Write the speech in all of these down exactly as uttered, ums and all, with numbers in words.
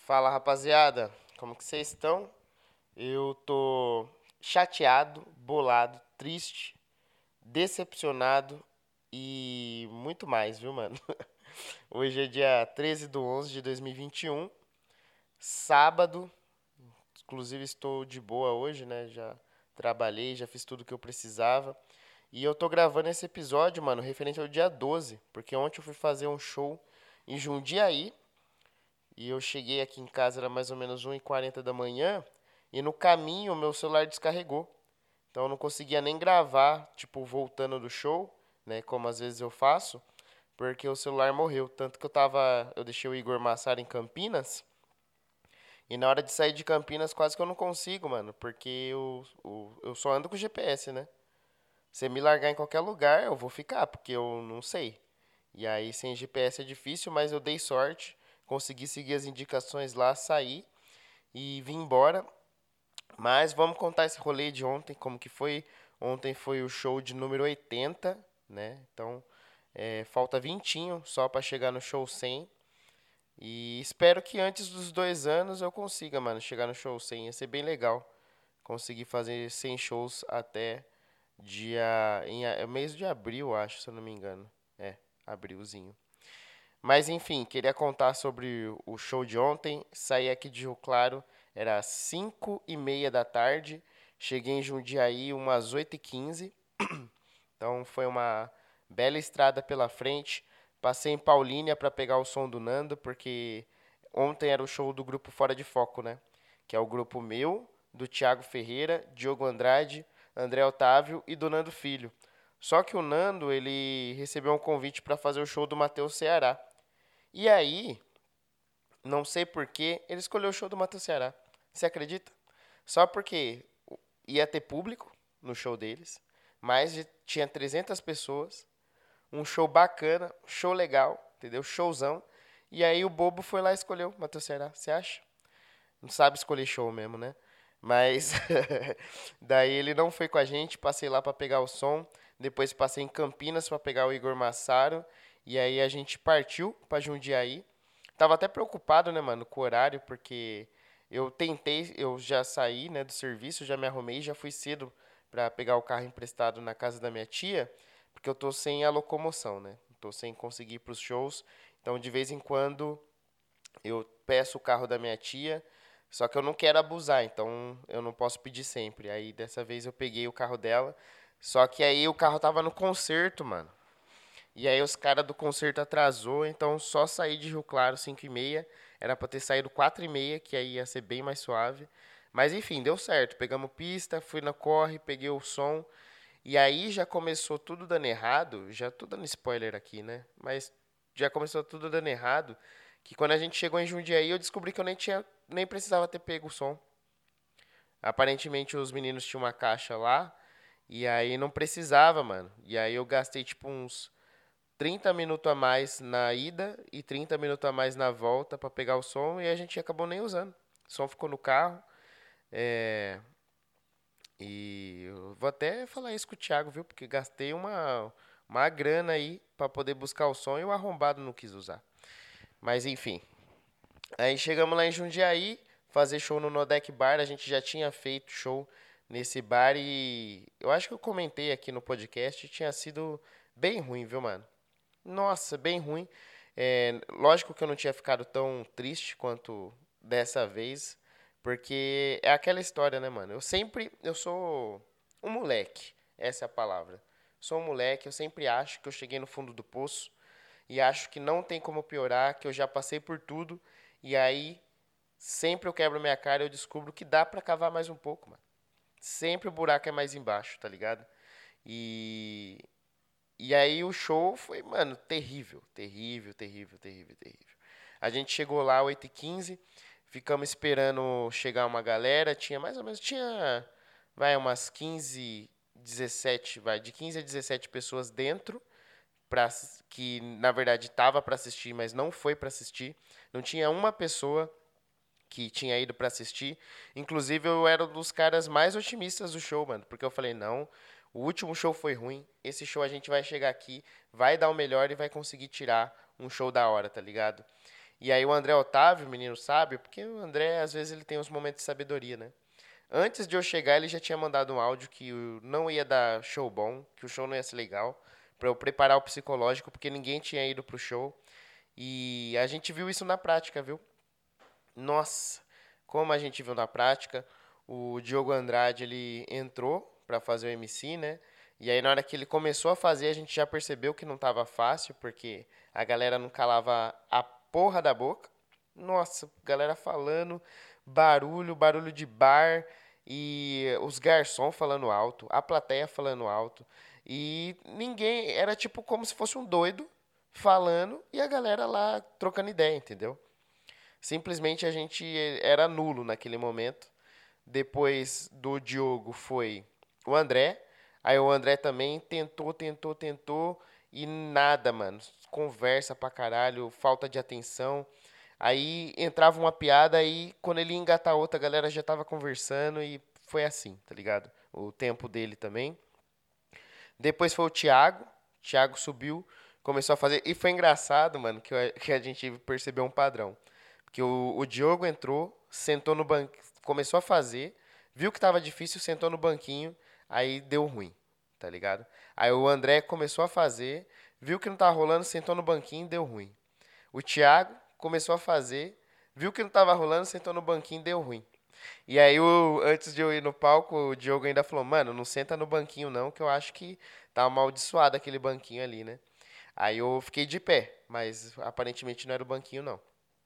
Fala, rapaziada. Como que vocês estão? Eu tô chateado, bolado, triste, decepcionado e muito mais, viu, mano? Hoje é dia treze de onze de dois mil e vinte e um, sábado. Inclusive estou de boa hoje, né? Já trabalhei, já fiz tudo o que eu precisava. E eu tô gravando esse episódio, mano, referente ao dia doze, porque ontem eu fui fazer um show em Jundiaí. E eu cheguei aqui em casa, era mais ou menos uma e quarenta da manhã, e no caminho o meu celular descarregou. Então eu não conseguia nem gravar, tipo, voltando do show, né, como às vezes eu faço, porque o celular morreu. Tanto que eu tava, eu deixei o Igor Massaro em Campinas, e na hora de sair de Campinas quase que eu não consigo, mano, porque eu, eu, eu só ando com G P S, né? Se me largar em qualquer lugar, eu vou ficar, porque eu não sei. E aí sem G P S é difícil, mas eu dei sorte, consegui seguir as indicações lá, saí e vim embora. Mas vamos contar esse rolê de ontem, como que foi. Ontem foi o show de número oitenta, né? Então, é, falta vintinho só para chegar no show cem. E espero que antes dos dois anos eu consiga, mano, chegar no show cem. Ia ser bem legal conseguir fazer cem shows até dia... Em, é mês de abril, acho, se eu não me engano. É, abrilzinho. Mas enfim, queria contar sobre o show de ontem. Saí aqui de Rio Claro, era cinco e meia da tarde. Cheguei em Jundiaí umas oito e quinze. Então foi uma bela estrada pela frente. Passei em Paulínia para pegar o som do Nando, porque ontem era o show do grupo Fora de Foco, né? Que é o grupo meu, do Thiago Ferreira, Diogo Andrade, André Otávio e do Nando Filho. Só que o Nando, ele recebeu um convite para fazer o show do Matheus Ceará. E aí, não sei por que, ele escolheu o show do Matheus Ceará. Você acredita? Só porque ia ter público no show deles, mais de, tinha trezentas pessoas, um show bacana, show legal, entendeu? Showzão. E aí o bobo foi lá e escolheu o Matheus Ceará. Você acha? Não sabe escolher show mesmo, né? Mas daí ele não foi com a gente, passei lá para pegar o som, depois passei em Campinas para pegar o Igor Massaro, e aí a gente partiu para Jundiaí. Tava até preocupado, né, mano, com o horário, porque eu tentei, eu já saí, né, do serviço, já me arrumei, já fui cedo para pegar o carro emprestado na casa da minha tia, porque eu tô sem a locomoção, né? Tô sem conseguir ir pros shows. Então, de vez em quando eu peço o carro da minha tia, só que eu não quero abusar, então eu não posso pedir sempre. Aí dessa vez eu peguei o carro dela, só que aí o carro tava no concerto, mano. E aí os caras do concerto atrasou, então só saí de Rio Claro cinco e meia. Era pra ter saído quatro e meia, que aí ia ser bem mais suave. Mas enfim, deu certo. Pegamos pista, fui na corre, peguei o som. E aí já começou tudo dando errado. Já tô dando spoiler aqui, né? Mas já começou tudo dando errado. Que quando a gente chegou em Jundiaí, eu descobri que eu nem tinha, nem precisava ter pego o som. Aparentemente os meninos tinham uma caixa lá. E aí não precisava, mano. E aí eu gastei tipo uns trinta minutos a mais na ida e trinta minutos a mais na volta para pegar o som e a gente acabou nem usando. O som ficou no carro. É, e eu vou até falar isso com o Thiago, viu? Porque gastei uma, uma grana aí para poder buscar o som e o arrombado não quis usar. Mas enfim. Aí chegamos lá em Jundiaí, fazer show no Nodec Bar. A gente já tinha feito show nesse bar e eu acho que eu comentei aqui no podcast, tinha sido bem ruim, viu, mano? Nossa, bem ruim. É, lógico que eu não tinha ficado tão triste quanto dessa vez, porque é aquela história, né, mano? Eu sempre, eu sou um moleque, essa é a palavra. Sou um moleque, eu sempre acho que eu cheguei no fundo do poço e acho que não tem como piorar, que eu já passei por tudo e aí sempre eu quebro minha cara e eu descubro que dá pra cavar mais um pouco, mano. Sempre o buraco é mais embaixo, tá ligado? E e aí o show foi, mano, terrível, terrível, terrível, terrível, terrível. A gente chegou lá às oito e quinze, ficamos esperando chegar uma galera, tinha mais ou menos, tinha, vai, umas quinze, dezessete, vai, de quinze a dezessete pessoas dentro, pra, que na verdade tava para assistir, mas não foi para assistir. Não tinha uma pessoa que tinha ido pra assistir. Inclusive, eu era um dos caras mais otimistas do show, mano. Porque eu falei, não, o último show foi ruim. Esse show a gente vai chegar aqui, vai dar o melhor e vai conseguir tirar um show da hora, tá ligado? E aí o André Otávio, menino sábio, porque o André, às vezes, ele tem uns momentos de sabedoria, né? Antes de eu chegar, ele já tinha mandado um áudio que o- não ia dar show bom, que o show não ia ser legal, pra eu preparar o psicológico, porque ninguém tinha ido pro show. E a gente viu isso na prática, viu? Nossa, como a gente viu na prática, o Diogo Andrade, ele entrou pra fazer o M C, né? E aí na hora que ele começou a fazer, a gente já percebeu que não tava fácil, porque a galera não calava a porra da boca. Nossa, galera falando, barulho, barulho de bar e os garçons falando alto, a plateia falando alto. E ninguém, era tipo como se fosse um doido falando e a galera lá trocando ideia, entendeu? Simplesmente a gente era nulo naquele momento. Depois do Diogo foi o André. Aí o André também tentou, tentou, tentou e nada, mano. Conversa pra caralho, falta de atenção. Aí entrava uma piada e quando ele ia engatar outra, a galera já tava conversando e foi assim, tá ligado? O tempo dele também. Depois foi o Thiago. Thiago subiu, começou a fazer. E foi engraçado, mano, que, eu- que a gente percebeu um padrão. Porque o, o Diogo entrou, sentou no banco, começou a fazer, viu que tava difícil, sentou no banquinho, aí deu ruim, tá ligado? Aí o André começou a fazer, viu que não tava rolando, sentou no banquinho, deu ruim. O Thiago começou a fazer, viu que não tava rolando, sentou no banquinho, deu ruim. E aí, o, antes de eu ir no palco, o Diogo ainda falou, mano, não senta no banquinho não, que eu acho que tá amaldiçoado aquele banquinho ali, né? Aí eu fiquei de pé, mas aparentemente não era o banquinho não.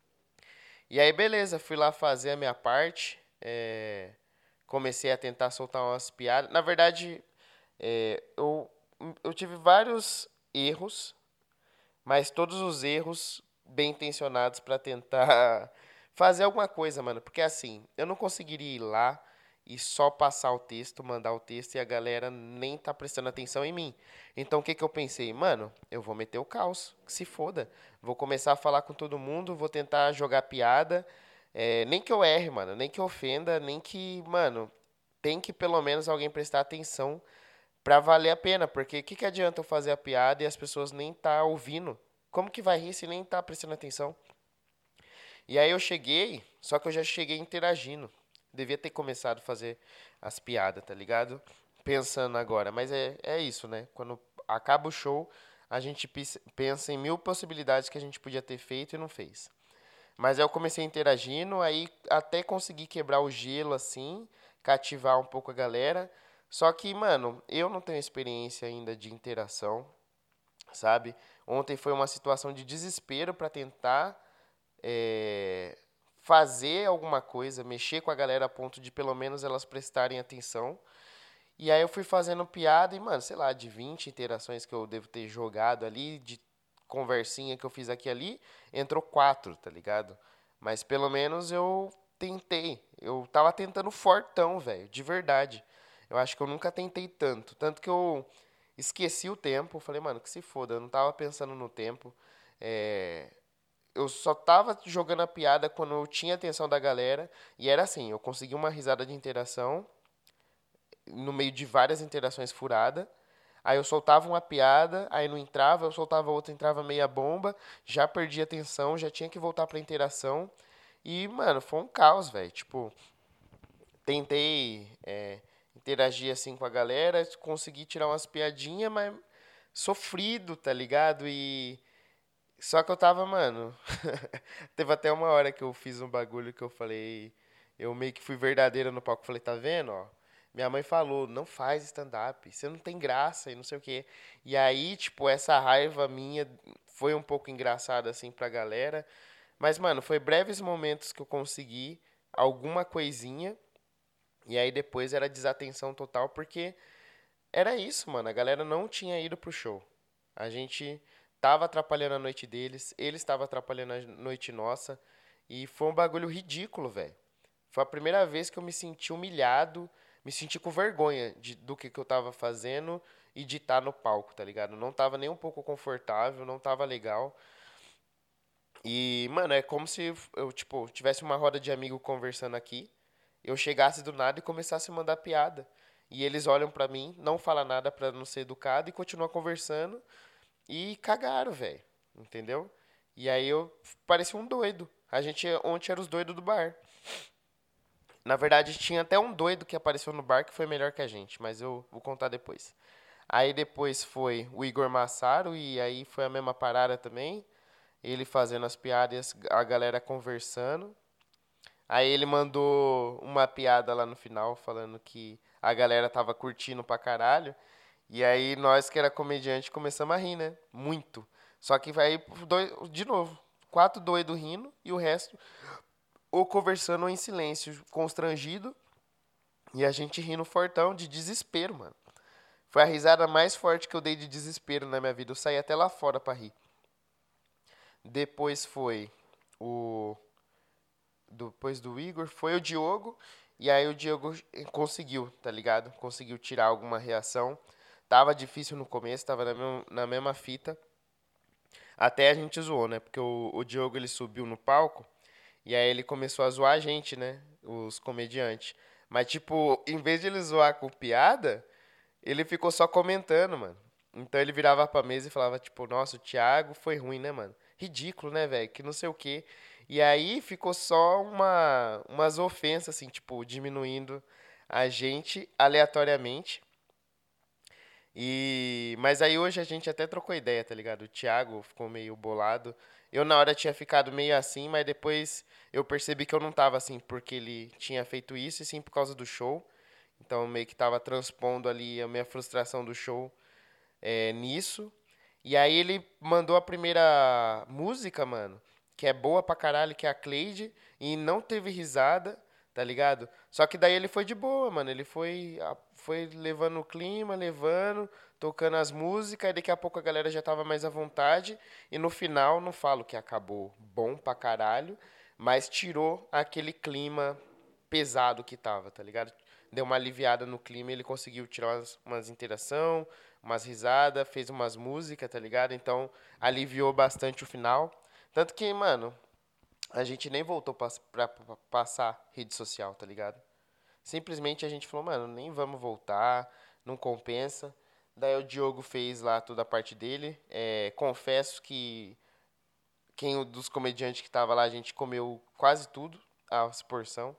E aí, beleza, fui lá fazer a minha parte, é, comecei a tentar soltar umas piadas. Na verdade, é, eu, eu tive vários erros, mas todos os erros bem intencionados pra tentar fazer alguma coisa, mano. Porque assim, eu não conseguiria ir lá e só passar o texto, mandar o texto e a galera nem tá prestando atenção em mim. Então o que que eu pensei? Mano, eu vou meter o caos, que se foda. Vou começar a falar com todo mundo, vou tentar jogar piada. É, nem que eu erre, mano, nem que eu ofenda, nem que, mano, tem que pelo menos alguém prestar atenção pra valer a pena, porque o que, que adianta eu fazer a piada e as pessoas nem tá ouvindo? Como que vai rir se nem tá prestando atenção? E aí eu cheguei, só que eu já cheguei interagindo. Devia ter começado a fazer as piadas, tá ligado? Pensando agora, mas é, é isso, né? Quando acaba o show, a gente pis- pensa em mil possibilidades que a gente podia ter feito e não fez. Mas aí eu comecei interagindo, aí até consegui quebrar o gelo assim, cativar um pouco a galera. Só que, mano, eu não tenho experiência ainda de interação, sabe? Ontem foi uma situação de desespero pra tentar é, fazer alguma coisa, mexer com a galera a ponto de pelo menos elas prestarem atenção. E aí eu fui fazendo piada e, mano, sei lá, de vinte interações que eu devo ter jogado ali, de conversinha que eu fiz aqui e ali, entrou quatro, tá ligado? Mas pelo menos eu tentei. Eu tava tentando fortão, velho, de verdade. Eu acho que eu nunca tentei tanto. Tanto que eu esqueci o tempo. Falei, mano, que se foda, eu não tava pensando no tempo. É, eu só tava jogando a piada quando eu tinha atenção da galera. E era assim, eu consegui uma risada de interação no meio de várias interações furadas. Aí eu soltava uma piada, aí não entrava, eu soltava outra, entrava meia bomba, já perdi a atenção, já tinha que voltar pra interação. E, mano, foi um caos, velho. Tipo, tentei é, interagir assim com a galera, consegui tirar umas piadinhas, mas sofrido, tá ligado? E só que eu tava, mano. Teve até uma hora que eu fiz um bagulho que eu falei. Eu meio que fui verdadeiro no palco. Falei, tá vendo, ó? Minha mãe falou, não faz stand-up, você não tem graça e não sei o quê. E aí, tipo, essa raiva minha foi um pouco engraçada, assim, pra galera. Mas, mano, foi breves momentos que eu consegui alguma coisinha. E aí depois era desatenção total, porque era isso, mano. A galera não tinha ido pro show. A gente tava atrapalhando a noite deles, eles estavam atrapalhando a noite nossa. E foi um bagulho ridículo, velho. Foi a primeira vez que eu me senti humilhado, me senti com vergonha de, do que, que eu tava fazendo e de estar no palco, tá ligado? Não tava nem um pouco confortável, não tava legal. E, mano, é como se eu, tipo, tivesse uma roda de amigo conversando aqui, eu chegasse do nada e começasse a mandar piada. E eles olham pra mim, não falam nada pra não ser educado e continuam conversando e cagaram, velho. Entendeu? E aí eu parecia um doido. A gente ontem era os doidos do bar. Na verdade, tinha até um doido que apareceu no bar que foi melhor que a gente, mas eu vou contar depois. Aí depois foi o Igor Massaro, e aí foi a mesma parada também. Ele fazendo as piadas, a galera conversando. Aí ele mandou uma piada lá no final, falando que a galera tava curtindo pra caralho. E aí nós que era comediante começamos a rir, né? Muito. Só que aí, dois, de novo, quatro doidos rindo e o resto ou conversando em silêncio, constrangido. E a gente rindo fortão de desespero, mano. Foi a risada mais forte que eu dei de desespero na minha vida. Eu saí até lá fora pra rir. Depois foi o. Depois do Igor, foi o Diogo. E aí o Diogo conseguiu, tá ligado? Conseguiu tirar alguma reação. Tava difícil no começo, tava na mesma, na mesma fita. Até a gente zoou, né? Porque o, o Diogo ele subiu no palco. E aí ele começou a zoar a gente, né? Os comediantes. Mas, tipo, em vez de ele zoar com piada, ele ficou só comentando, mano. Então ele virava pra mesa e falava, tipo, nossa, o Thiago foi ruim, né, mano? Ridículo, né, velho? Que não sei o quê. E aí ficou só uma, umas ofensas, assim, tipo, diminuindo a gente aleatoriamente. E mas aí hoje a gente até trocou ideia, tá ligado? O Thiago ficou meio bolado. Eu na hora tinha ficado meio assim, mas depois eu percebi que eu não tava assim porque ele tinha feito isso, e sim por causa do show. Então meio que tava transpondo ali a minha frustração do show é, nisso. E aí ele mandou a primeira música, mano, que é boa pra caralho, que é a Cleide, e não teve risada, tá ligado? Só que daí ele foi de boa, mano. Ele foi, a- foi levando o clima, levando, tocando as músicas, e daqui a pouco a galera já tava mais à vontade. E no final, não falo que acabou bom pra caralho, mas tirou aquele clima pesado que tava, tá ligado? Deu uma aliviada no clima, e ele conseguiu tirar umas, umas interação, umas risadas, fez umas músicas, tá ligado? Então aliviou bastante o final. Tanto que, mano, a gente nem voltou pra, pra, pra passar rede social, tá ligado? Simplesmente a gente falou, mano, nem vamos voltar, não compensa. Daí o Diogo fez lá toda a parte dele. É, confesso que quem o dos comediantes que tava lá, a gente comeu quase tudo, a porção.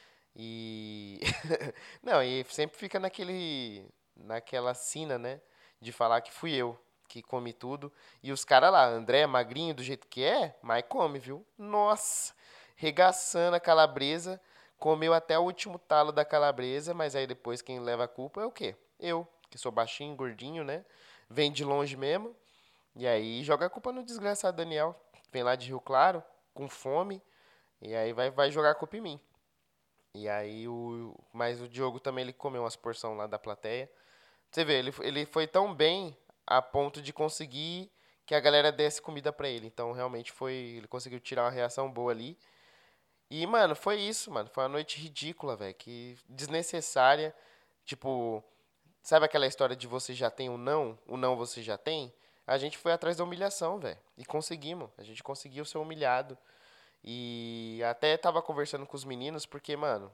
E não, e sempre fica naquele naquela sina, né, de falar que fui eu que comi tudo e os caras lá, André, magrinho do jeito que é, mas come, viu? Nossa, regaçando a calabresa, comeu até o último talo da calabresa, mas aí depois quem leva a culpa é o quê? Eu, que sou baixinho, gordinho, né? Vem de longe mesmo. E aí joga a culpa no desgraçado Daniel. Vem lá de Rio Claro, com fome, e aí vai, vai jogar a culpa em mim. E aí o. Mas o Diogo também ele comeu umas porções lá da plateia. Você vê, ele, ele foi tão bem a ponto de conseguir que a galera desse comida pra ele. Então realmente foi. Ele conseguiu tirar uma reação boa ali. E, mano, foi isso, mano. Foi uma noite ridícula, velho. Que desnecessária. Tipo, sabe aquela história de você já tem o não? O não você já tem? A gente foi atrás da humilhação, velho. E conseguimos. A gente conseguiu ser humilhado. E até tava conversando com os meninos, porque, mano,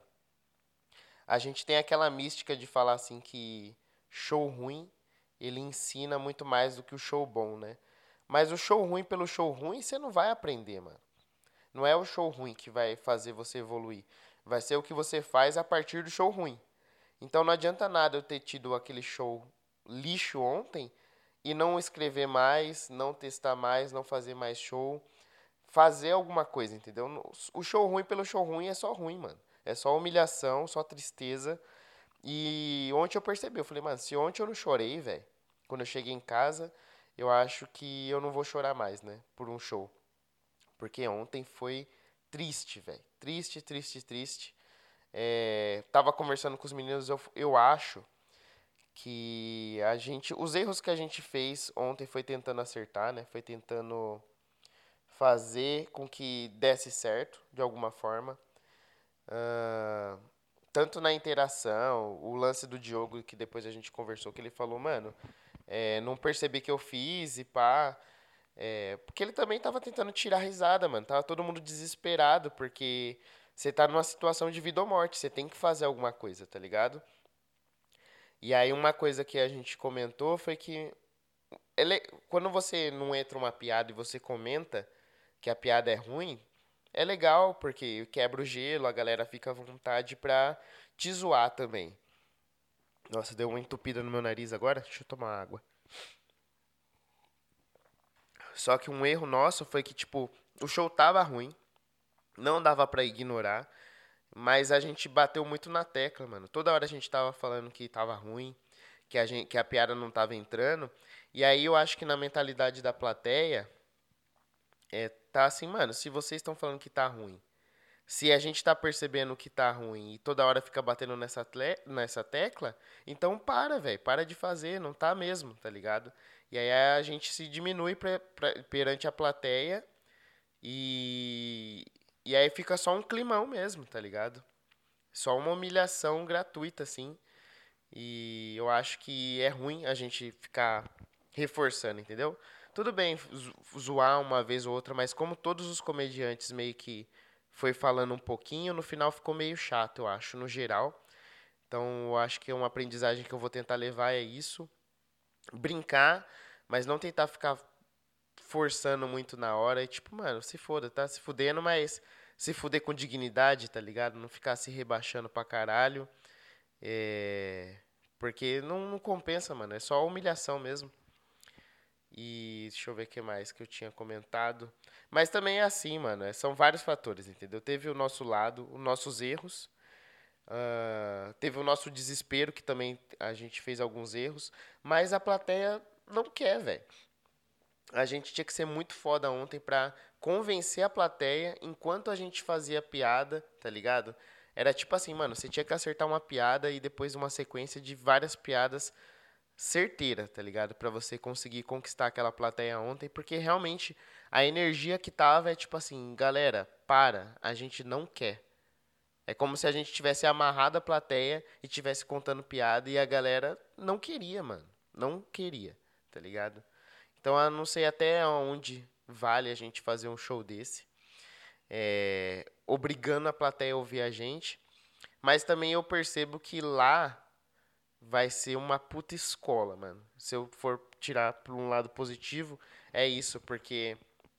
a gente tem aquela mística de falar assim que show ruim, ele ensina muito mais do que o show bom, né? Mas o show ruim pelo show ruim, você não vai aprender, mano. Não é o show ruim que vai fazer você evoluir. Vai ser o que você faz a partir do show ruim. Então não adianta nada eu ter tido aquele show lixo ontem e não escrever mais, não testar mais, não fazer mais show, fazer alguma coisa, entendeu? O show ruim pelo show ruim é só ruim, mano. É só humilhação, só tristeza. E ontem eu percebi, eu falei, mano, se ontem eu não chorei, velho, quando eu cheguei em casa, eu acho que eu não vou chorar mais, né, por um show. Porque ontem foi triste, velho. Triste, triste, triste. É, tava conversando com os meninos, eu, eu acho que a gente, os erros que a gente fez ontem foi tentando acertar, né, foi tentando fazer com que desse certo, de alguma forma. Ah, tanto na interação, o lance do Diogo, que depois a gente conversou, que ele falou, mano, é, não percebi que eu fiz e pá. É, porque ele também tava tentando tirar risada, mano. Tava todo mundo desesperado, porque você tá numa situação de vida ou morte, você tem que fazer alguma coisa, tá ligado? E aí uma coisa que a gente comentou foi que ele, quando você não entra uma piada e você comenta, que a piada é ruim, é legal, porque quebra o gelo, a galera fica à vontade pra te zoar também. Nossa, deu uma entupida no meu nariz agora. Deixa eu tomar água. Só que um erro nosso foi que, tipo, o show tava ruim, não dava pra ignorar, mas a gente bateu muito na tecla, mano. Toda hora a gente tava falando que tava ruim, que a, gente, que a piada não tava entrando. E aí eu acho que na mentalidade da plateia, é, tá assim, mano, se vocês estão falando que tá ruim, se a gente tá percebendo que tá ruim e toda hora fica batendo nessa, tle- nessa tecla, então para, velho, para de fazer, não tá mesmo, tá ligado? E aí a gente se diminui pra, pra- perante a plateia e, e aí fica só um climão mesmo, tá ligado? Só uma humilhação gratuita, assim. E eu acho que é ruim a gente ficar reforçando, entendeu? Tudo bem zo- zoar uma vez ou outra, mas como todos os comediantes meio que foi falando um pouquinho, no final ficou meio chato, eu acho, no geral. Então, eu acho que é uma aprendizagem que eu vou tentar levar é isso. Brincar, mas não tentar ficar forçando muito na hora. E tipo, mano, se foda, tá se fudendo, mas se fuder com dignidade, tá ligado? Não ficar se rebaixando pra caralho. É... Porque não, não compensa, mano. É só humilhação mesmo. E deixa eu ver o que mais que eu tinha comentado. Mas também é assim, mano. é- São vários fatores, entendeu? Teve o nosso lado, os nossos erros. Ah, teve o nosso desespero, que também a gente fez alguns erros. Mas a plateia não quer, velho. A gente tinha que ser muito foda ontem pra convencer a plateia enquanto a gente fazia piada, tá ligado? Era tipo assim, mano, você tinha que acertar uma piada e depois uma sequência de várias piadas certeira, tá ligado? Pra você conseguir conquistar aquela plateia ontem, porque realmente a energia que tava é tipo assim, galera, para, a gente não quer. É como se a gente tivesse amarrado a plateia e tivesse contando piada e a galera não queria, mano. Não queria, tá ligado? Então eu não sei até onde vale a gente fazer um show desse, é, obrigando a plateia a ouvir a gente. Mas também eu percebo que lá vai ser uma puta escola, mano. Se eu for tirar por um lado positivo, é isso, porque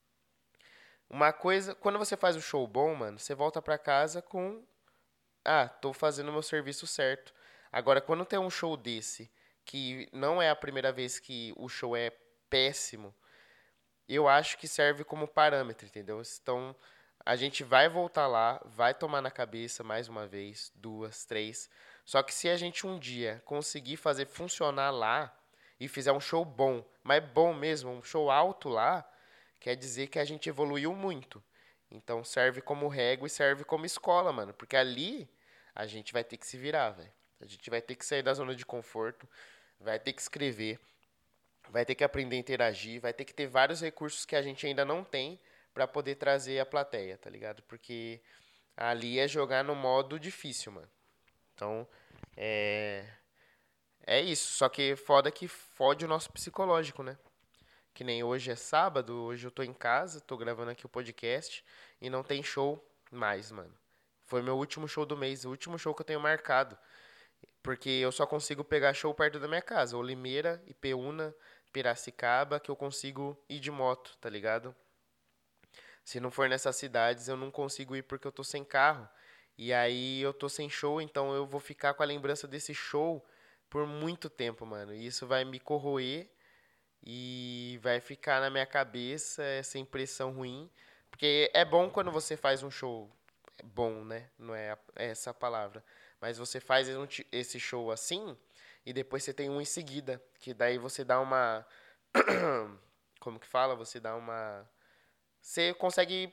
uma coisa, quando você faz o show bom, mano, você volta pra casa com, ah, tô fazendo o meu serviço certo. Agora, quando tem um show desse, que não é a primeira vez que o show é péssimo, eu acho que serve como parâmetro, entendeu? Então, a gente vai voltar lá, vai tomar na cabeça mais uma vez, duas, três. Só que se a gente um dia conseguir fazer funcionar lá e fizer um show bom, mas bom mesmo, um show alto lá, quer dizer que a gente evoluiu muito. Então serve como régua e serve como escola, mano. Porque ali a gente vai ter que se virar, velho. A gente vai ter que sair da zona de conforto, vai ter que escrever, vai ter que aprender a interagir, vai ter que ter vários recursos que a gente ainda não tem pra poder trazer a plateia, tá ligado? Porque ali é jogar no modo difícil, mano. Então, é é isso, só que foda que fode o nosso psicológico, né? Que nem hoje é sábado, hoje eu tô em casa, tô gravando aqui o podcast e não tem show mais, mano. Foi meu último show do mês, o último show que eu tenho marcado. Porque eu só consigo pegar show perto da minha casa. Ou Limeira, Ipeúna, Piracicaba, que eu consigo ir de moto, tá ligado? Se não for nessas cidades, eu não consigo ir porque eu tô sem carro. E aí eu tô sem show, então eu vou ficar com a lembrança desse show por muito tempo, mano. E isso vai me corroer e vai ficar na minha cabeça essa impressão ruim. Porque é bom quando você faz um show bom, né? Não é a- é essa a palavra. Mas você faz um ti- esse show assim e depois você tem um em seguida, que daí você dá uma como que fala? Você dá uma você consegue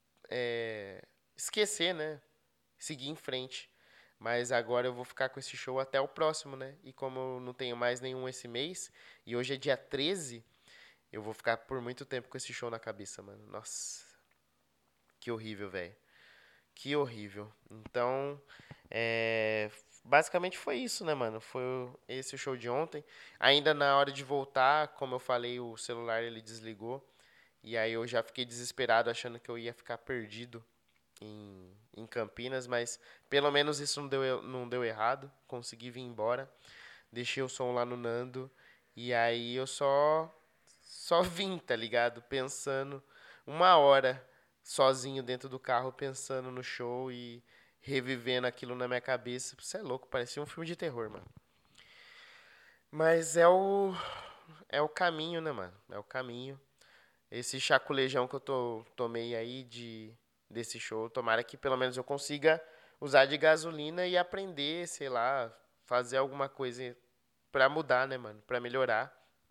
é, esquecer, né? Seguir em frente. Mas agora eu vou ficar com esse show até o próximo, né? E como eu não tenho mais nenhum esse mês, e hoje é dia treze, eu vou ficar por muito tempo com esse show na cabeça, mano. Nossa, que horrível, velho. Que horrível. Então, é, basicamente foi isso, né, mano? Foi o- esse o show de ontem. Ainda na hora de voltar, como eu falei, o celular ele desligou. E aí eu já fiquei desesperado, achando que eu ia ficar perdido em, em Campinas, mas pelo menos isso não deu, não deu errado. Consegui vir embora. Deixei o som lá no Nando. E aí eu só só vim, tá ligado? Pensando uma hora sozinho dentro do carro pensando no show e revivendo aquilo na minha cabeça. Você é louco, parecia um filme de terror, mano. Mas é o é o caminho, né, mano? É o caminho. Esse chaculejão que eu tô, tomei aí de desse show, tomara que pelo menos eu consiga usar de gasolina e aprender, sei lá, fazer alguma coisa pra mudar, né, mano? Pra melhorar.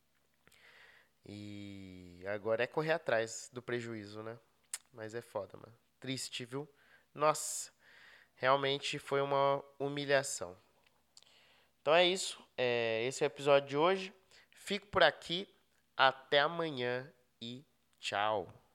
E agora é correr atrás do prejuízo, né? Mas é foda, mano. Triste, viu? Nossa, realmente foi uma humilhação. Então é isso. É, esse é o episódio de hoje. Fico por aqui. Até amanhã e tchau.